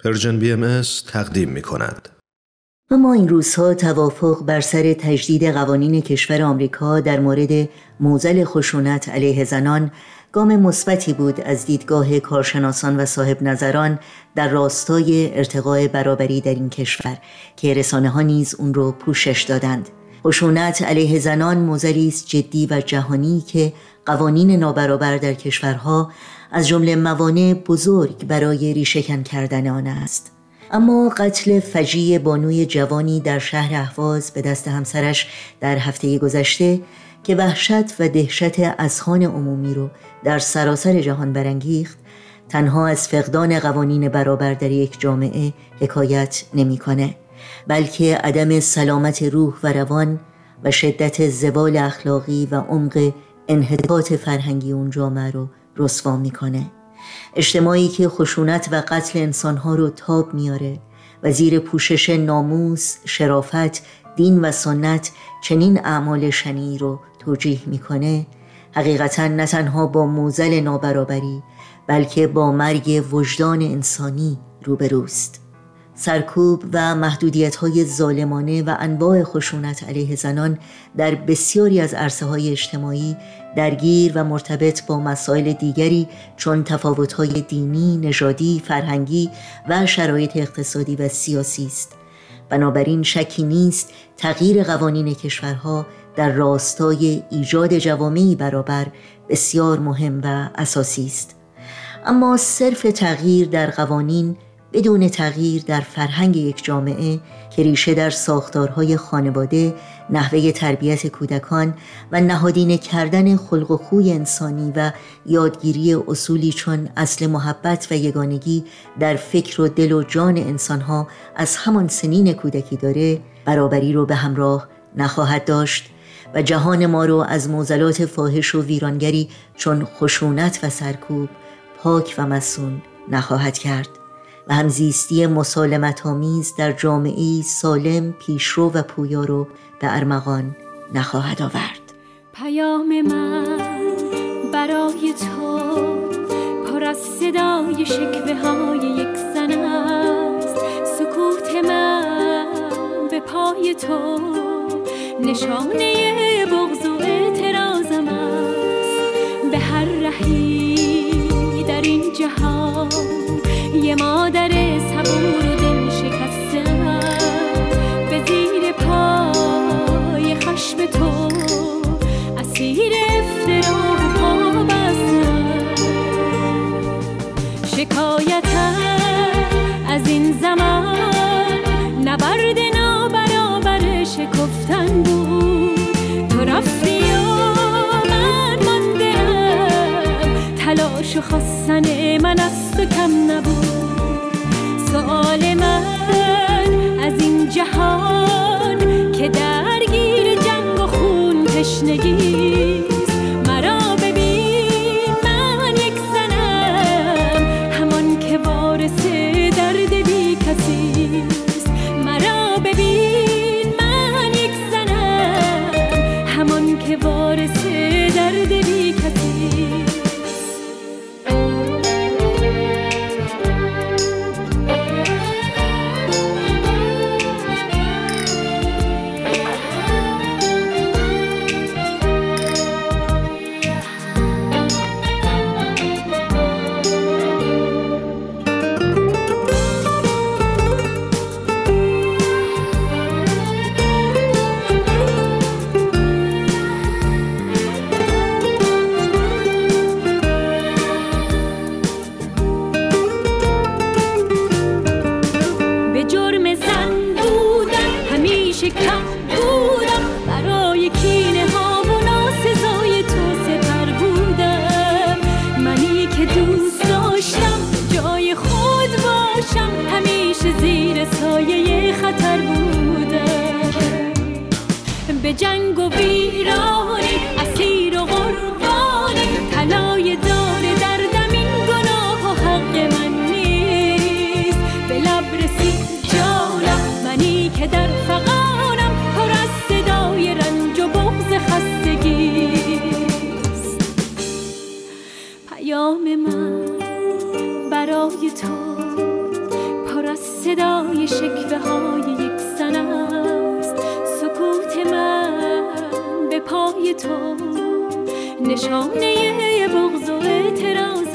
پرژن BMS تقدیم می کند. اما این روزها توافق بر سر تجدید قوانین کشور آمریکا در مورد معضل خشونت علیه زنان گام مثبتی بود از دیدگاه کارشناسان و صاحب نظران در راستای ارتقاء برابری در این کشور که رسانه‌ها نیز اون رو پوشش دادند. خشونت علیه زنان معضلی است جدی و جهانی که قوانین نابرابر در کشورها از جمله موانع بزرگ برای ریشه‌کن کردن آن است. اما قتل فجیع بانوی جوانی در شهر اهواز به دست همسرش در هفته گذشته که وحشت و دهشت اذهان عمومی رو در سراسر جهان برانگیخت، تنها از فقدان قوانین برابر در یک جامعه حکایت نمی‌کنه، بلکه عدم سلامت روح و روان و شدت زوال اخلاقی و عمق انحطاط فرهنگی اون جامعه رو رسوا می‌کنه. اجتماعی که خشونت و قتل انسانها رو تاب میاره و زیر پوشش ناموس، شرافت، دین و سنت چنین اعمال شنیعی رو توجیه میکنه، حقیقتاً نه تنها با معضل نابرابری بلکه با مرگ وجدان انسانی روبروست. سرکوب و محدودیت‌های ظالمانه و انواع خشونت علیه زنان در بسیاری از عرصه‌های اجتماعی درگیر و مرتبط با مسائل دیگری چون تفاوت‌های دینی، نژادی، فرهنگی و شرایط اقتصادی و سیاسی است. بنابراین شکی نیست تغییر قوانین کشورها در راستای ایجاد جوامعی برابر بسیار مهم و اساسی است. اما صرف تغییر در قوانین بدون تغییر در فرهنگ یک جامعه که ریشه در ساختارهای خانواده، نحوه تربیت کودکان و نهادینه کردن خلق و خوی انسانی و یادگیری اصولی چون اصل محبت و یگانگی در فکر و دل و جان انسانها از همان سنین کودکی داره، برابری رو به همراه نخواهد داشت و جهان ما رو از معضلات فاحش و ویرانگری چون خشونت و سرکوب پاک و مصون نخواهد کرد و همزیستی مسالمت‌آمیز در جامعه‌ای سالم، پیشرو و پویا رو به ارمغان نخواهد آورد. پیام من برای تو پر از صدای شکوه های یک زن است. سکوت من به پای تو نشانه بغض و اعتراضم است. به هر رهی در این جهان یه مادر صبور و دل شکستم به زیر پای خشم تو اسیر افترا و پا بستم. شکایتم از این زمان نبرد نابرابر شکفتن بود. تو رفتی و من ماندم، تلاش و خواستن من از تو کم نبود. سؤال من از این جهان که درگیر جنگ و خون تشنگیست، مرا ببین من یک زنم همان که وارث درد بی کسیست. مرا ببین من یک زنم همان که وارث درد بی کسیست. به جنگ و ویرانی اسیر و قربانی، طلای دار دردم این گناه و حق من نیست. به لب رسید جانم منی که در فغانم پر از صدای رنج و بغض خستگیست. پیام من برای تو پر صدای شکوه های یک زن است. سکوت من به پای تو نشانه بغض و اعتراض